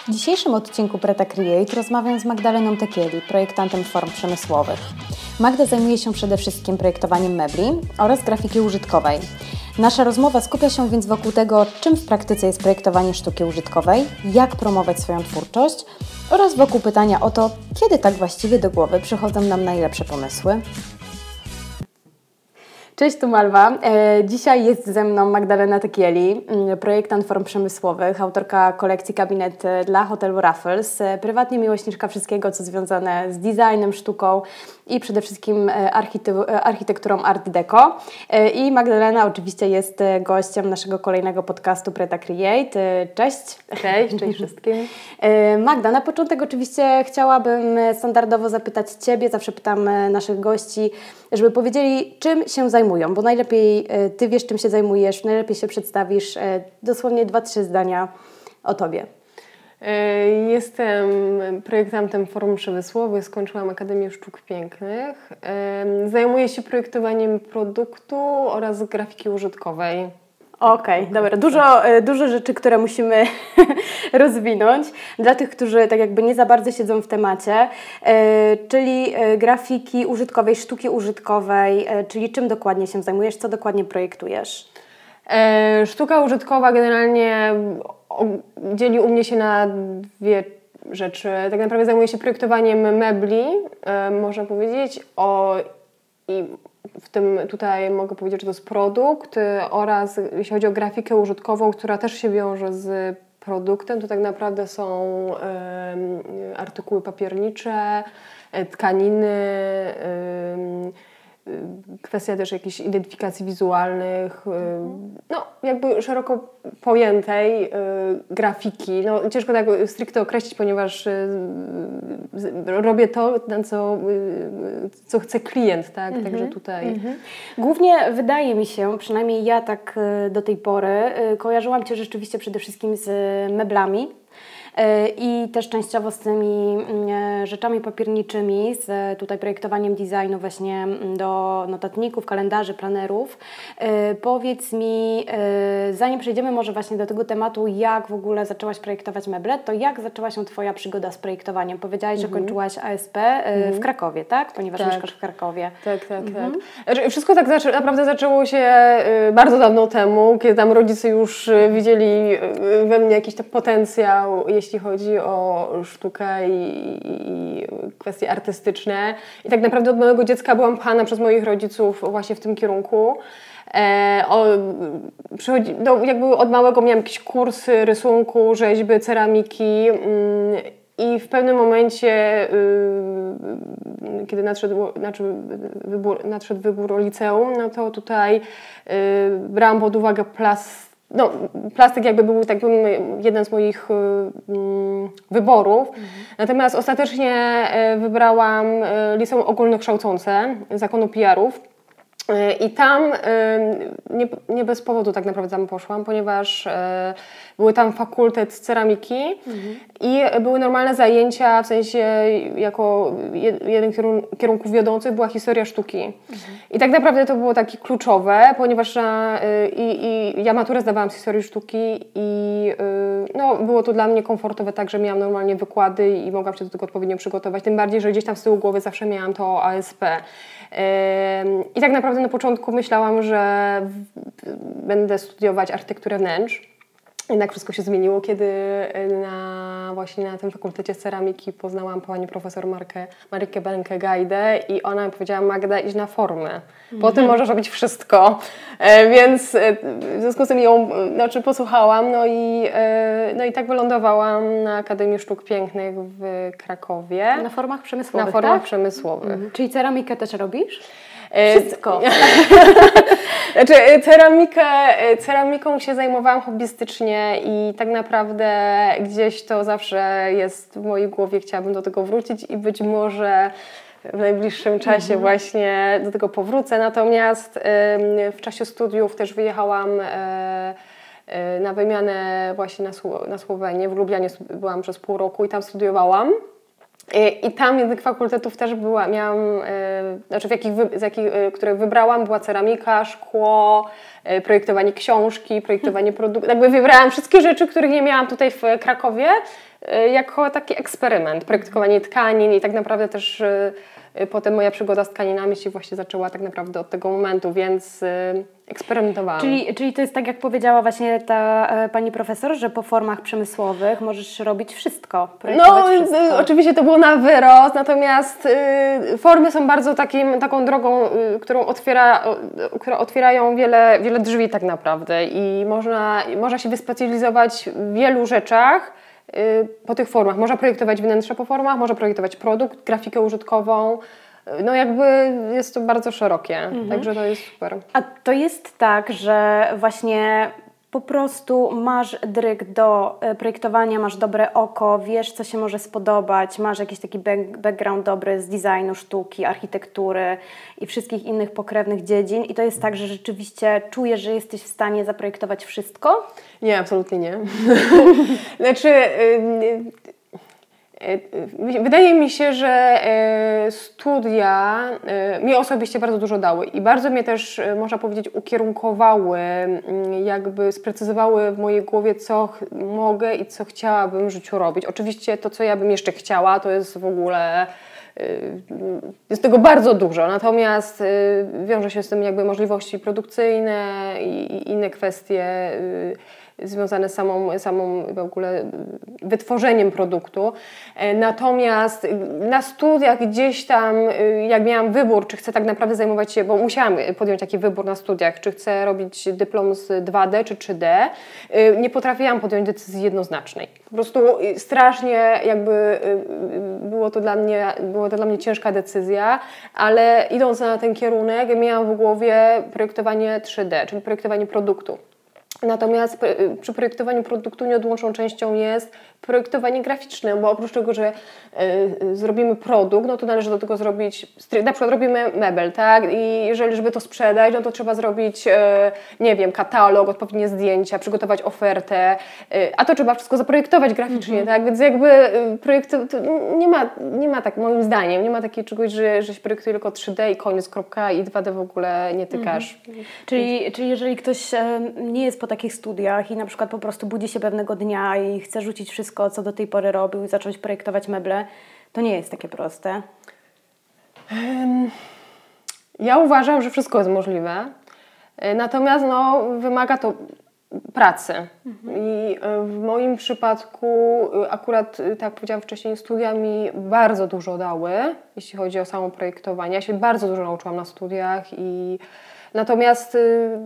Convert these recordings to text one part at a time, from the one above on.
W dzisiejszym odcinku Preta Create rozmawiam z Magdaleną Tekieli, projektantem form przemysłowych. Magda zajmuje się przede wszystkim projektowaniem mebli oraz grafiki użytkowej. Nasza rozmowa skupia się więc wokół tego, czym w praktyce jest projektowanie sztuki użytkowej, jak promować swoją twórczość oraz wokół pytania o to, kiedy tak właściwie do głowy przychodzą nam najlepsze pomysły. Cześć, tu Malwa. Dzisiaj jest ze mną Magdalena Tekieli, projektant form przemysłowych, autorka kolekcji kabinet dla hotelu Raffles, prywatnie miłośniczka wszystkiego, co związane z designem, sztuką i przede wszystkim architekturą Art Deco. I Magdalena oczywiście jest gościem naszego kolejnego podcastu Preta Create. Cześć. Cześć wszystkim. Magda, na początek oczywiście chciałabym standardowo zapytać Ciebie, zawsze pytam naszych gości, żeby powiedzieli, czym się zajmują, bo najlepiej Ty wiesz, czym się zajmujesz, najlepiej się przedstawisz. Dosłownie 2-3 zdania o Tobie. Jestem projektantem form przemysłowych, skończyłam Akademię Sztuk Pięknych. Zajmuję się projektowaniem produktu oraz grafiki użytkowej. Okej, dobra. Dużo rzeczy, które musimy rozwinąć. Dla tych, którzy tak jakby nie za bardzo siedzą w temacie, czyli grafiki użytkowej, sztuki użytkowej, czyli czym dokładnie się zajmujesz, co dokładnie projektujesz? Sztuka użytkowa generalnie dzieli u mnie się na dwie rzeczy. Tak naprawdę zajmuję się projektowaniem mebli, można powiedzieć, i w tym tutaj mogę powiedzieć, że to jest produkt oraz jeśli chodzi o grafikę użytkową, która też się wiąże z produktem, to tak naprawdę są artykuły papiernicze, tkaniny, kwestia też jakiejś identyfikacji wizualnych, no jakby szeroko pojętej grafiki. No ciężko tak stricte określić, ponieważ robię to, co chce klient, tak? Także tutaj... Głównie wydaje mi się, przynajmniej ja tak do tej pory, kojarzyłam Cię rzeczywiście przede wszystkim z meblami. I też częściowo z tymi rzeczami papierniczymi, z tutaj projektowaniem designu właśnie do notatników, kalendarzy, planerów. Powiedz mi, zanim przejdziemy może właśnie do tego tematu, jak w ogóle zaczęłaś projektować meble, to jak zaczęła się Twoja przygoda z projektowaniem? Powiedziałaś, że kończyłaś ASP w Krakowie, tak? Ponieważ mieszkasz w Krakowie. Tak. Znaczy, wszystko tak naprawdę zaczęło się bardzo dawno temu, kiedy tam rodzice już widzieli we mnie jakiś tam potencjał, jeśli chodzi o sztukę i kwestie artystyczne. I tak naprawdę od małego dziecka byłam pchana przez moich rodziców właśnie w tym kierunku. Jakby od małego miałam jakieś kursy rysunku, rzeźby, ceramiki i w pewnym momencie, kiedy nadszedł wybór liceum, no to tutaj brałam pod uwagę plastyk jakby był takim jeden z moich wyborów. Natomiast ostatecznie wybrałam liceum ogólnokształcące Zakonu PR-ów. I tam nie bez powodu tak naprawdę tam poszłam, ponieważ były tam fakultet ceramiki i były normalne zajęcia, w sensie jako jeden kierunków wiodących była historia sztuki. I tak naprawdę to było takie kluczowe, ponieważ ja maturę zdawałam z historii sztuki i było to dla mnie komfortowe, tak, że miałam normalnie wykłady i mogłam się do tego odpowiednio przygotować. Tym bardziej, że gdzieś tam z tyłu głowy zawsze miałam to ASP. I tak naprawdę na początku myślałam, że będę studiować architekturę wnętrz. Jednak wszystko się zmieniło, kiedy właśnie na tym fakultecie ceramiki poznałam pani profesor Marykę Berenkę-Gajdę i ona mi powiedziała: Magda, idź na formę. Potem możesz robić wszystko. Więc w związku z tym ją posłuchałam, no i tak wylądowałam na Akademii Sztuk Pięknych w Krakowie. Na formach przemysłowych, Na formach przemysłowych. Czyli ceramikę też robisz? Wszystko. Znaczy, ceramiką się zajmowałam hobbystycznie i tak naprawdę gdzieś to zawsze jest w mojej głowie. Chciałabym do tego wrócić i być może w najbliższym czasie właśnie do tego powrócę. Natomiast w czasie studiów też wyjechałam na wymianę właśnie na Słowenię. W Lublianie byłam przez pół roku i tam studiowałam. I tam jednych fakultetów też miałam, znaczy które wybrałam, była ceramika, szkło, projektowanie książki, projektowanie produktu. Jakby wybrałam wszystkie rzeczy, których nie miałam tutaj w Krakowie, jako taki eksperyment. Projektowanie tkanin i tak naprawdę też potem moja przygoda z tkaninami się właśnie zaczęła tak naprawdę od tego momentu, więc eksperymentowałam. Czyli to jest tak, jak powiedziała właśnie ta pani profesor, że po formach przemysłowych możesz robić wszystko, projektować wszystko. Oczywiście to było na wyrost, natomiast formy są bardzo taką drogą, które otwierają wiele drzwi tak naprawdę i można się wyspecjalizować w wielu rzeczach po tych formach. Można projektować wnętrze po formach, można projektować produkt, grafikę użytkowową. No jakby jest to bardzo szerokie, także to jest super. A to jest tak, że właśnie po prostu masz dryg do projektowania, masz dobre oko, wiesz, co się może spodobać, masz jakiś taki background dobry z designu, sztuki, architektury i wszystkich innych pokrewnych dziedzin i to jest tak, że rzeczywiście czujesz, że jesteś w stanie zaprojektować wszystko? Nie, absolutnie nie. Znaczy... Wydaje mi się, że studia mi osobiście bardzo dużo dały i bardzo mnie też, można powiedzieć, ukierunkowały, jakby sprecyzowały w mojej głowie, co mogę i co chciałabym w życiu robić. Oczywiście to, co ja bym jeszcze chciała, to jest w ogóle... Jest tego bardzo dużo, natomiast wiąże się z tym jakby możliwości produkcyjne i inne kwestie związane z samą w ogóle wytworzeniem produktu. Natomiast na studiach gdzieś tam, jak miałam wybór, czy chcę tak naprawdę zajmować się, bo musiałam podjąć taki wybór na studiach, czy chcę robić dyplom z 2D czy 3D, nie potrafiłam podjąć decyzji jednoznacznej. Po prostu strasznie jakby była to dla mnie ciężka decyzja, ale idąc na ten kierunek miałam w głowie projektowanie 3D, czyli projektowanie produktu. Natomiast przy projektowaniu produktu nieodłączną częścią jest projektowanie graficzne, bo oprócz tego, że zrobimy produkt, no to należy do tego zrobić, na przykład robimy mebel, tak? I żeby to sprzedać, no to trzeba zrobić, nie wiem, katalog, odpowiednie zdjęcia, przygotować ofertę, a to trzeba wszystko zaprojektować graficznie, tak? Więc jakby nie ma tak, moim zdaniem, nie ma takiego czegoś, że się projektuje tylko 3D i koniec, kropka i 2D w ogóle nie tykasz. Czyli jeżeli ktoś nie jest po takich studiach i na przykład po prostu budzi się pewnego dnia i chce rzucić wszystko, co do tej pory robił i zacząć projektować meble, to nie jest takie proste. Ja uważam, że wszystko jest możliwe, natomiast wymaga to pracy. I w moim przypadku akurat, tak jak powiedziałam wcześniej, studia mi bardzo dużo dały, jeśli chodzi o samo projektowanie. Ja się bardzo dużo nauczyłam na studiach natomiast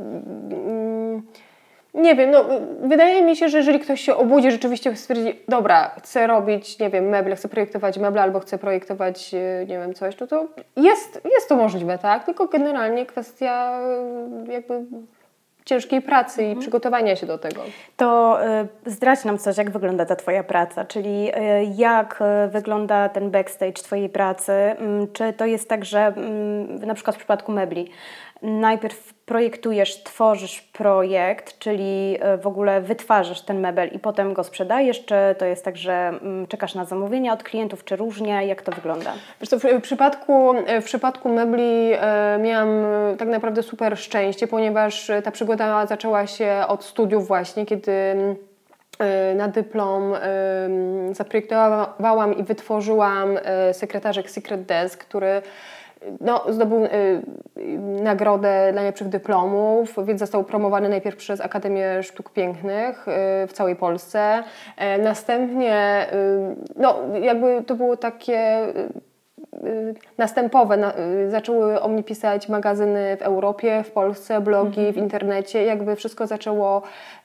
nie wiem, wydaje mi się, że jeżeli ktoś się obudzi, rzeczywiście stwierdzi, dobra, chcę robić, nie wiem, meble, chcę projektować meble albo chcę projektować, nie wiem, coś, to jest to możliwe, tak? Tylko generalnie kwestia jakby ciężkiej pracy i przygotowania się do tego. To zdradź nam coś, jak wygląda ta Twoja praca, czyli jak wygląda ten backstage Twojej pracy. Czy to jest tak, że na przykład w przypadku mebli najpierw projektujesz, tworzysz projekt, czyli w ogóle wytwarzasz ten mebel i potem go sprzedajesz, czy to jest tak, że czekasz na zamówienia od klientów, czy różnie? Jak to wygląda? Wiesz co, w przypadku mebli miałam tak naprawdę super szczęście, ponieważ ta przygoda zaczęła się od studiów właśnie, kiedy na dyplom zaprojektowałam i wytworzyłam sekretarzek Secret Desk, który zdobył nagrodę dla najlepszych dyplomów, więc został promowany najpierw przez Akademię Sztuk Pięknych w całej Polsce. Następnie, jakby to było takie następowe. Zaczęły o mnie pisać magazyny w Europie, w Polsce, blogi w internecie. Jakby wszystko zaczęło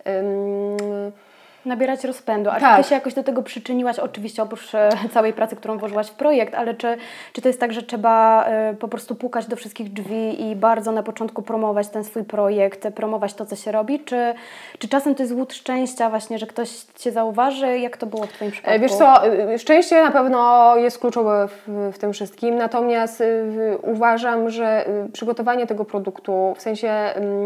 nabierać rozpędu. A tak. Czy Ty się jakoś do tego przyczyniłaś, oczywiście oprócz całej pracy, którą włożyłaś w projekt, ale czy to jest tak, że trzeba po prostu pukać do wszystkich drzwi i bardzo na początku promować ten swój projekt, promować to, co się robi? Czy czasem to jest łód szczęścia właśnie, że ktoś Cię zauważy? Jak to było w Twoim przypadku? Wiesz co, szczęście na pewno jest kluczowe w tym wszystkim, natomiast uważam, że przygotowanie tego produktu, w sensie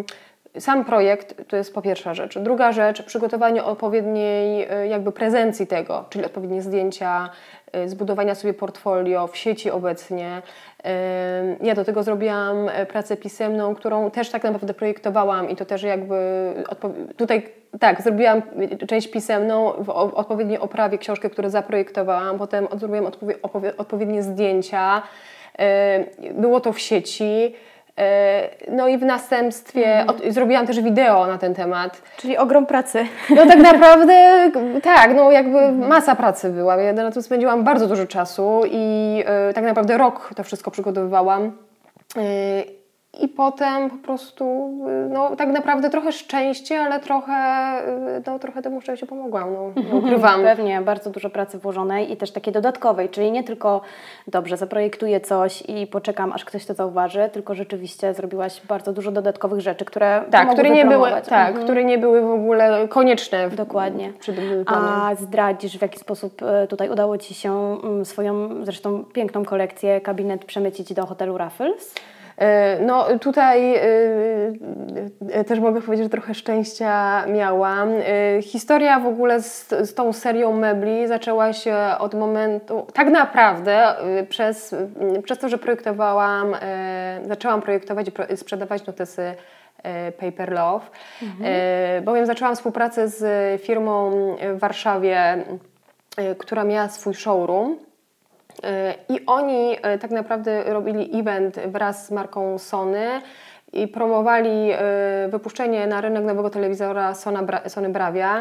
sam projekt to jest po pierwsza rzecz. Druga rzecz, przygotowanie odpowiedniej jakby prezencji tego, czyli odpowiednie zdjęcia, zbudowania sobie portfolio w sieci obecnie. Ja do tego zrobiłam pracę pisemną, którą też tak naprawdę projektowałam i to też jakby tutaj tak, zrobiłam część pisemną w odpowiedniej oprawie, książkę, którą zaprojektowałam, potem zrobiłam odpowiednie zdjęcia, było to w sieci. No i w następstwie zrobiłam też wideo na ten temat. Czyli ogrom pracy. No tak naprawdę tak, no jakby masa pracy była. Ja na tym spędziłam bardzo dużo czasu i tak naprawdę rok to wszystko przygotowywałam. I potem po prostu, no tak naprawdę trochę szczęście, ale trochę temu szczęściu pomogłam, no, nie ukrywam. Pewnie, bardzo dużo pracy włożonej i też takiej dodatkowej, czyli nie tylko dobrze, zaprojektuję coś i poczekam, aż ktoś to zauważy, tylko rzeczywiście zrobiłaś bardzo dużo dodatkowych rzeczy, które które nie były w ogóle konieczne. Dokładnie. Przy tym planie. A zdradzisz, w jaki sposób tutaj udało Ci się swoją, zresztą piękną kolekcję, kabinet przemycić do hotelu Raffles? No tutaj też mogę powiedzieć, że trochę szczęścia miałam. Historia w ogóle z tą serią mebli zaczęła się od momentu, tak naprawdę przez to, że zaczęłam projektować i sprzedawać notesy Paper Love, bowiem zaczęłam współpracę z firmą w Warszawie, która miała swój showroom. I oni tak naprawdę robili event wraz z marką Sony i promowali wypuszczenie na rynek nowego telewizora Sony Bravia.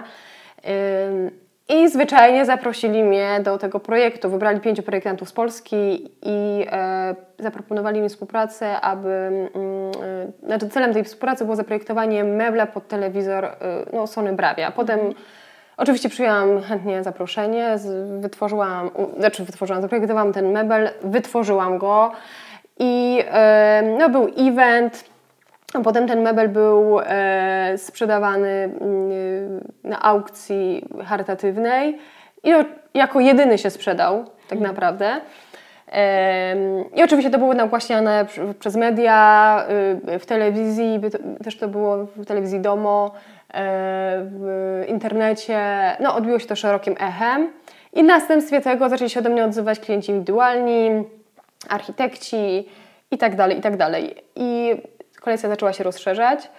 I zwyczajnie zaprosili mnie do tego projektu. Wybrali 5 projektantów z Polski i zaproponowali mi współpracę, celem tej współpracy było zaprojektowanie mebla pod telewizor Sony Bravia. Oczywiście przyjęłam chętnie zaproszenie, zaprojektowałam ten mebel, wytworzyłam go i był event. Potem ten mebel był sprzedawany na aukcji charytatywnej i jako jedyny się sprzedał tak naprawdę. I oczywiście to było nagłaśniane przez media, w telewizji, też to było w telewizji Domo, w internecie, odbiło się to szerokim echem i w następstwie tego zaczęli się ode mnie odzywać klienci indywidualni, architekci i tak dalej. I kolekcja zaczęła się rozszerzać.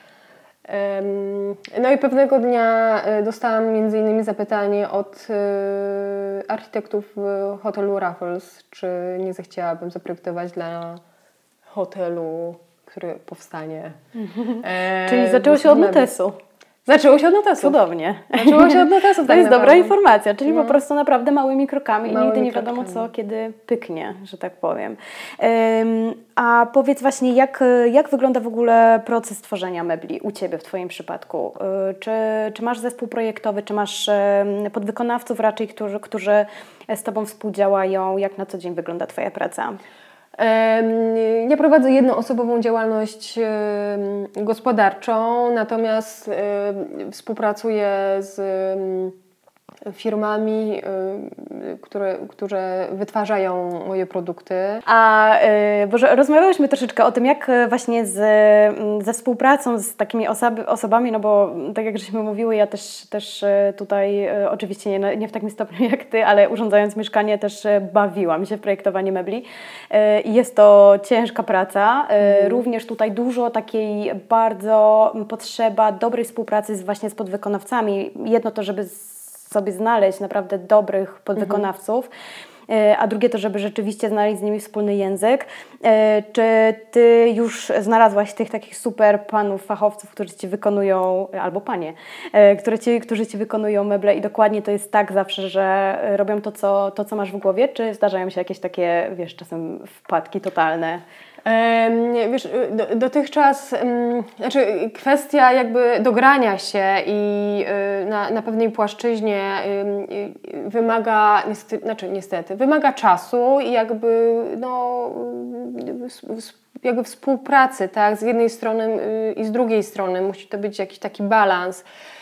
No i pewnego dnia dostałam między innymi zapytanie od architektów hotelu Raffles, czy nie zechciałabym zaprojektować dla hotelu, który powstanie. Czyli zaczęło się od notesu. Zaczęło się od notesów. Cudownie. Zaczęło się od notesów. To jest dobra informacja, czyli po prostu naprawdę małymi krokami i nigdy nie wiadomo co, kiedy pyknie, że tak powiem. A powiedz właśnie, jak wygląda w ogóle proces tworzenia mebli u Ciebie w Twoim przypadku? Czy masz zespół projektowy, czy masz podwykonawców raczej, którzy z Tobą współdziałają? Jak na co dzień wygląda Twoja praca? Ja prowadzę jednoosobową działalność gospodarczą, natomiast współpracuję z firmami, które wytwarzają moje produkty. Bo rozmawiałyśmy troszeczkę o tym, jak właśnie ze współpracą z takimi osobami, no bo tak jak żeśmy mówiły, ja też tutaj oczywiście nie w takim stopniu jak Ty, ale urządzając mieszkanie też bawiłam się w projektowanie mebli i jest to ciężka praca. Również tutaj dużo takiej bardzo potrzeba dobrej współpracy właśnie z podwykonawcami. Jedno to, żeby sobie znaleźć naprawdę dobrych podwykonawców, a drugie to, żeby rzeczywiście znaleźć z nimi wspólny język. Czy Ty już znalazłaś tych takich super panów, fachowców, którzy Ci wykonują, albo panie, którzy Ci wykonują meble i dokładnie to jest tak zawsze, że robią to, co masz w głowie, czy zdarzają się jakieś takie, czasem wpadki totalne? Dotychczas, kwestia jakby dogrania się i na pewnej płaszczyźnie wymaga, niestety, wymaga czasu i jakby współpracy, tak, z jednej strony i z drugiej strony musi to być jakiś taki balans.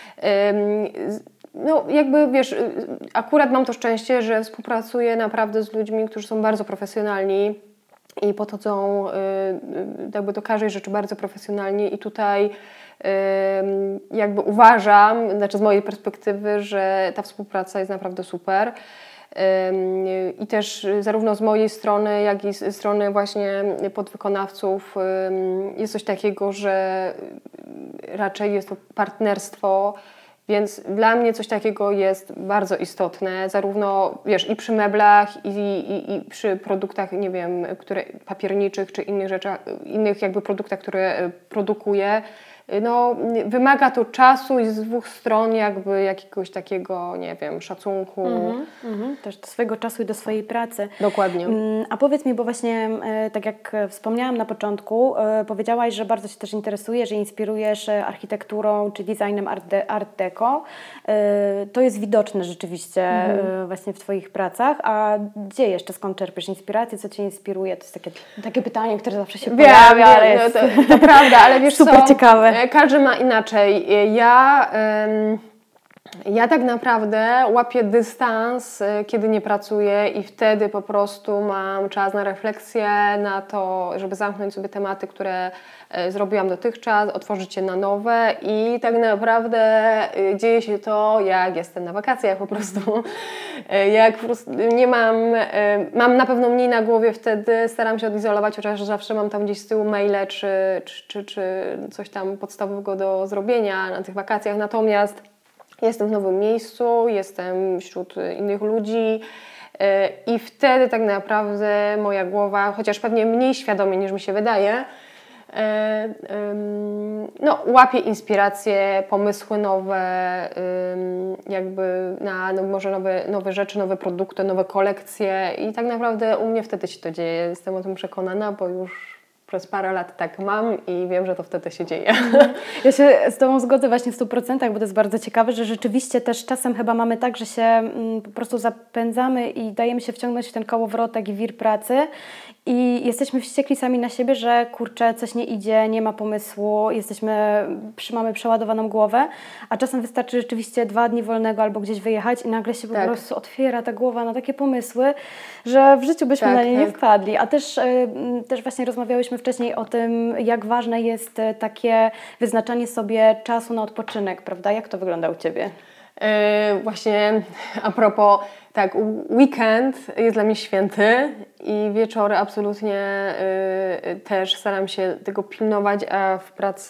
Akurat mam to szczęście, że współpracuję naprawdę z ludźmi, którzy są bardzo profesjonalni i podchodzą do każdej rzeczy bardzo profesjonalnie i tutaj jakby uważam, znaczy z mojej perspektywy, że ta współpraca jest naprawdę super. I też zarówno z mojej strony, jak i z strony właśnie podwykonawców jest coś takiego, że raczej jest to partnerstwo, więc dla mnie coś takiego jest bardzo istotne, zarówno wiesz, i przy meblach, i przy produktach, nie wiem, papierniczych, czy innych rzeczach, innych jakby produktach, które produkuję. No, wymaga to czasu i z dwóch stron jakby jakiegoś takiego, nie wiem, szacunku. Też do swojego czasu i do swojej pracy. Dokładnie. A powiedz mi, bo właśnie tak jak wspomniałam na początku, powiedziałaś, że bardzo się też interesujesz, że inspirujesz architekturą czy designem art deco. To jest widoczne rzeczywiście właśnie w Twoich pracach. A gdzie jeszcze, skąd czerpiesz inspirację? Co Cię inspiruje? To jest takie pytanie, które zawsze się pojawia, ale jest to prawda, ale wiesz super co? ciekawe. Każdy ma inaczej. Ja tak naprawdę łapię dystans, kiedy nie pracuję i wtedy po prostu mam czas na refleksję, na to, żeby zamknąć sobie tematy, które zrobiłam dotychczas, otworzyć je na nowe i tak naprawdę dzieje się to, jak jestem na wakacjach po prostu. Jak po prostu nie mam na pewno mniej na głowie wtedy, staram się odizolować, chociaż zawsze mam tam gdzieś z tyłu maile czy coś tam podstawowego do zrobienia na tych wakacjach, natomiast jestem w nowym miejscu, jestem wśród innych ludzi i wtedy tak naprawdę moja głowa, chociaż pewnie mniej świadomie niż mi się wydaje, no, łapie inspiracje, pomysły nowe, jakby na może nowe rzeczy, nowe produkty, nowe kolekcje i tak naprawdę u mnie wtedy się to dzieje. Jestem o tym przekonana, bo już przez parę lat tak mam i wiem, że to wtedy się dzieje. Ja się z Tobą zgodzę właśnie w 100%, bo to jest bardzo ciekawe, że rzeczywiście też czasem chyba mamy tak, że się po prostu zapędzamy i dajemy się wciągnąć w ten kołowrotek i wir pracy i jesteśmy wściekli sami na siebie, że kurczę, coś nie idzie, nie ma pomysłu, mamy przeładowaną głowę, a czasem wystarczy rzeczywiście 2 dni wolnego albo gdzieś wyjechać i nagle się po prostu otwiera ta głowa na takie pomysły, że w życiu byśmy na nie nie wpadli. A też właśnie rozmawiałyśmy wcześniej o tym, jak ważne jest takie wyznaczanie sobie czasu na odpoczynek, prawda? Jak to wygląda u Ciebie? Właśnie a propos, tak, weekend jest dla mnie święty i wieczory absolutnie też staram się tego pilnować, a w pracy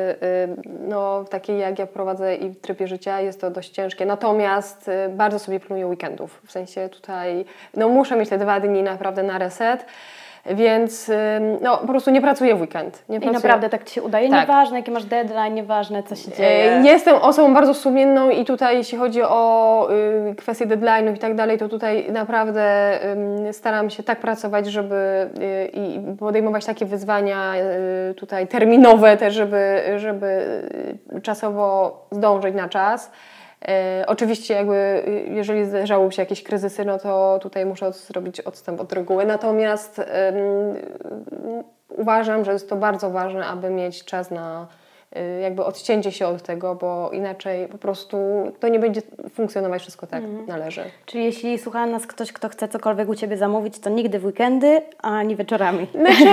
no, takiej jak ja prowadzę i w trybie życia jest to dość ciężkie. Natomiast bardzo sobie pilnuję weekendów, w sensie tutaj no, muszę mieć te 2 dni naprawdę na reset. Więc no, po prostu nie pracuję w weekend. I naprawdę tak Ci się udaje? Tak. Nieważne jaki masz deadline, nieważne co się dzieje. Jestem osobą bardzo sumienną i tutaj jeśli chodzi o kwestie deadline'ów i tak dalej, to tutaj naprawdę staram się tak pracować, żeby i podejmować takie wyzwania tutaj terminowe też, żeby czasowo zdążyć na czas. Oczywiście jakby jeżeli zdarzały się jakieś kryzysy, no to tutaj muszę zrobić odstęp od reguły. Natomiast uważam, że jest to bardzo ważne, aby mieć czas na jakby odcięcie się od tego, bo inaczej po prostu to nie będzie funkcjonować wszystko tak należy. Czyli jeśli słucha nas ktoś, kto chce cokolwiek u Ciebie zamówić, to nigdy w weekendy, a nie wieczorami. Znaczy,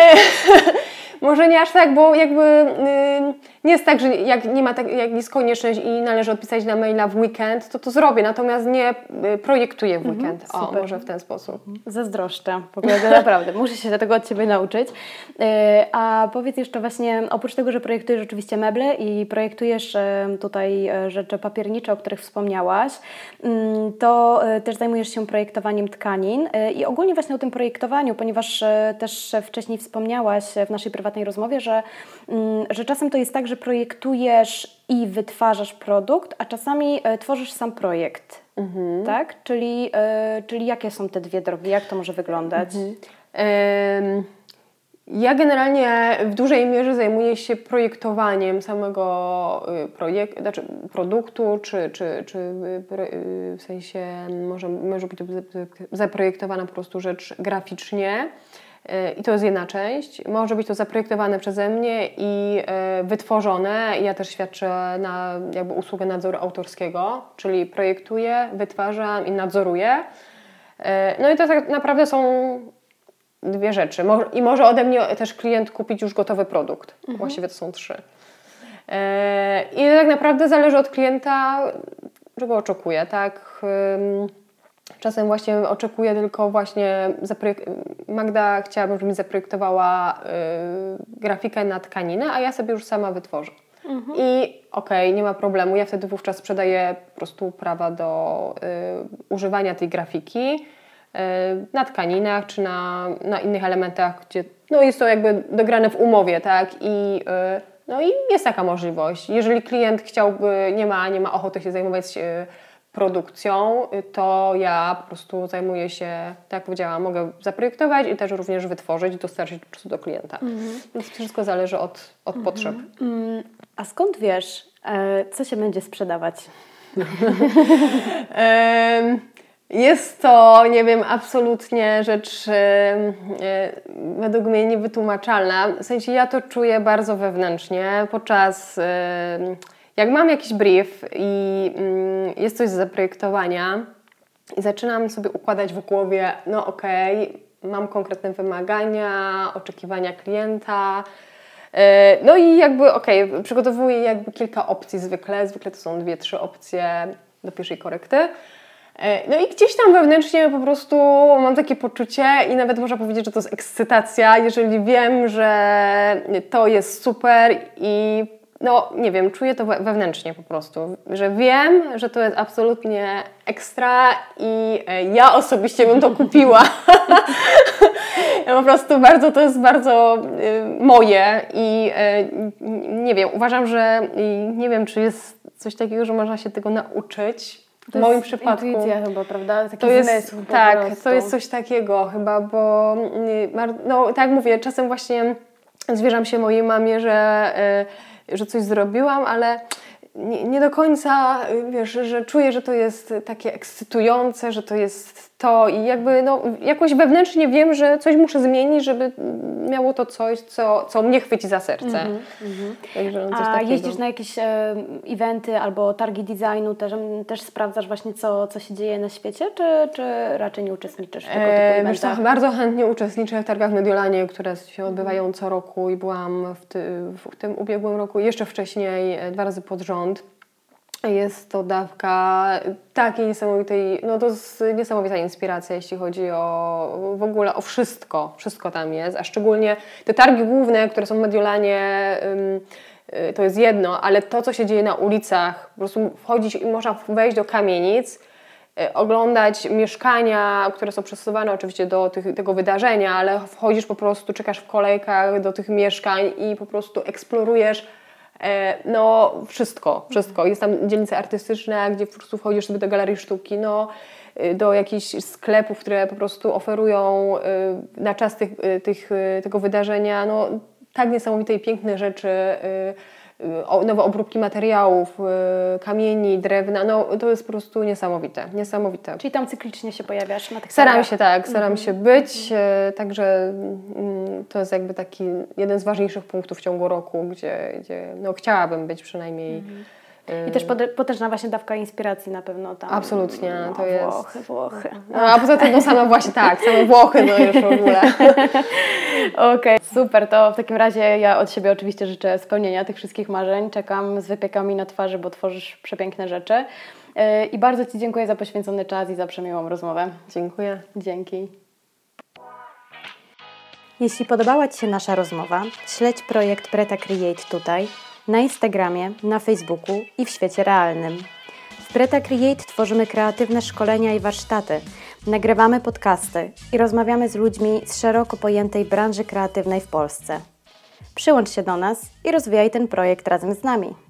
może nie aż tak, bo jakby nie jest tak, że jak jest konieczność i należy odpisać na maila w weekend, to zrobię, natomiast nie projektuję w weekend. Super. Może w ten sposób. Zazdroszczę, w ogóle naprawdę, muszę się tego od Ciebie nauczyć. A powiedz jeszcze właśnie, oprócz tego, że projektujesz oczywiście meble i projektujesz tutaj rzeczy papiernicze, o których wspomniałaś, to też zajmujesz się projektowaniem tkanin i ogólnie właśnie o tym projektowaniu, ponieważ też wcześniej wspomniałaś w naszej prywatnej rozmowie, że czasem to jest tak, że projektujesz i wytwarzasz produkt, a czasami tworzysz sam projekt, tak? Czyli jakie są te 2 drogi? Jak to może wyglądać? Ja generalnie w dużej mierze zajmuję się projektowaniem samego produktu, czy w sensie może być zaprojektowana po prostu rzecz graficznie. I to jest jedna część. Może być to zaprojektowane przeze mnie i wytworzone. Ja też świadczę na jakby usługę nadzoru autorskiego, czyli projektuję, wytwarzam i nadzoruję. No i to tak naprawdę są 2 rzeczy. I może ode mnie też klient kupić już gotowy produkt. Właściwie to są 3. I tak naprawdę zależy od klienta, czego oczekuje, tak? Czasem właśnie oczekuję tylko właśnie, Magda chciałabym, żeby mi zaprojektowała grafikę na tkaninę, a ja sobie już sama wytworzę. I okej, nie ma problemu, ja wtedy wówczas sprzedaję po prostu prawa do używania tej grafiki na tkaninach czy na innych elementach, gdzie no jest to jakby dograne w umowie, tak? I jest taka możliwość. Jeżeli klient chciałby, nie ma ochoty się zajmować produkcją, to ja po prostu zajmuję się, tak jak powiedziałam, mogę zaprojektować i też również wytworzyć i dostarczyć po prostu do klienta. Więc wszystko zależy od potrzeb. A skąd wiesz, co się będzie sprzedawać? Jest to, nie wiem, absolutnie rzecz według mnie niewytłumaczalna. W sensie ja to czuję bardzo wewnętrznie podczas... Jak mam jakiś brief i jest coś do zaprojektowania i zaczynam sobie układać w głowie, no okej, mam konkretne wymagania, oczekiwania klienta, no i jakby przygotowuję jakby kilka opcji zwykle to są 2-3 opcje do pierwszej korekty. No i gdzieś tam wewnętrznie po prostu mam takie poczucie i nawet można powiedzieć, że to jest ekscytacja, jeżeli wiem, że to jest super i no nie wiem, czuję to wewnętrznie po prostu, że wiem, że to jest absolutnie ekstra i ja osobiście bym to kupiła. Ja po prostu to jest bardzo moje i nie wiem, uważam, że nie wiem, czy jest coś takiego, że można się tego nauczyć. W moim przypadku. Intuicja chyba, prawda? Taki zmysł tak, to jest coś takiego chyba, bo no tak jak mówię, czasem właśnie zwierzam się mojej mamie, że coś zrobiłam, ale nie do końca, wiesz, że czuję, że to jest takie ekscytujące, że to jest to i jakby no jakoś wewnętrznie wiem, że coś muszę zmienić, żeby miało to coś, co mnie chwyci za serce. Także no, coś takiego. Jeździsz na jakieś eventy albo targi designu, też sprawdzasz właśnie co się dzieje na świecie, czy raczej nie uczestniczysz w tego typu eventach? Wiesz, bardzo chętnie uczestniczę w targach Mediolanie, które się odbywają co roku i byłam w tym ubiegłym roku, jeszcze wcześniej 2 razy pod rząd. Jest to dawka takiej niesamowitej, no to jest niesamowita inspiracja, jeśli chodzi w ogóle o wszystko tam jest, a szczególnie te targi główne, które są w Mediolanie, to jest jedno, ale to, co się dzieje na ulicach, po prostu wchodzić i można wejść do kamienic, oglądać mieszkania, które są przystosowane oczywiście do tego wydarzenia, ale wchodzisz po prostu, czekasz w kolejkach do tych mieszkań i po prostu eksplorujesz no wszystko. Jest tam dzielnica artystyczna, gdzie po prostu wchodzisz sobie do galerii sztuki, no do jakichś sklepów, które po prostu oferują na czas tego wydarzenia, no tak niesamowite i piękne rzeczy, nowe obróbki materiałów, kamieni, drewna, no to jest po prostu niesamowite. Czyli tam cyklicznie się pojawiasz na tych Staram się być, także to jest jakby taki jeden z ważniejszych punktów w ciągu roku, gdzie no chciałabym być przynajmniej. I też potężna właśnie dawka inspiracji na pewno tam. Absolutnie, no, to jest. Włochy. No, a poza tym same Włochy, no już w ogóle. Okej, super, to w takim razie ja od siebie oczywiście życzę spełnienia tych wszystkich marzeń. Czekam z wypiekami na twarzy, bo tworzysz przepiękne rzeczy. I bardzo Ci dziękuję za poświęcony czas i za przemiłą rozmowę. Dziękuję. Dzięki. Jeśli podobała Ci się nasza rozmowa, śledź projekt Preta Create tutaj, na Instagramie, na Facebooku i w świecie realnym. W Preta Create tworzymy kreatywne szkolenia i warsztaty, nagrywamy podcasty i rozmawiamy z ludźmi z szeroko pojętej branży kreatywnej w Polsce. Przyłącz się do nas i rozwijaj ten projekt razem z nami.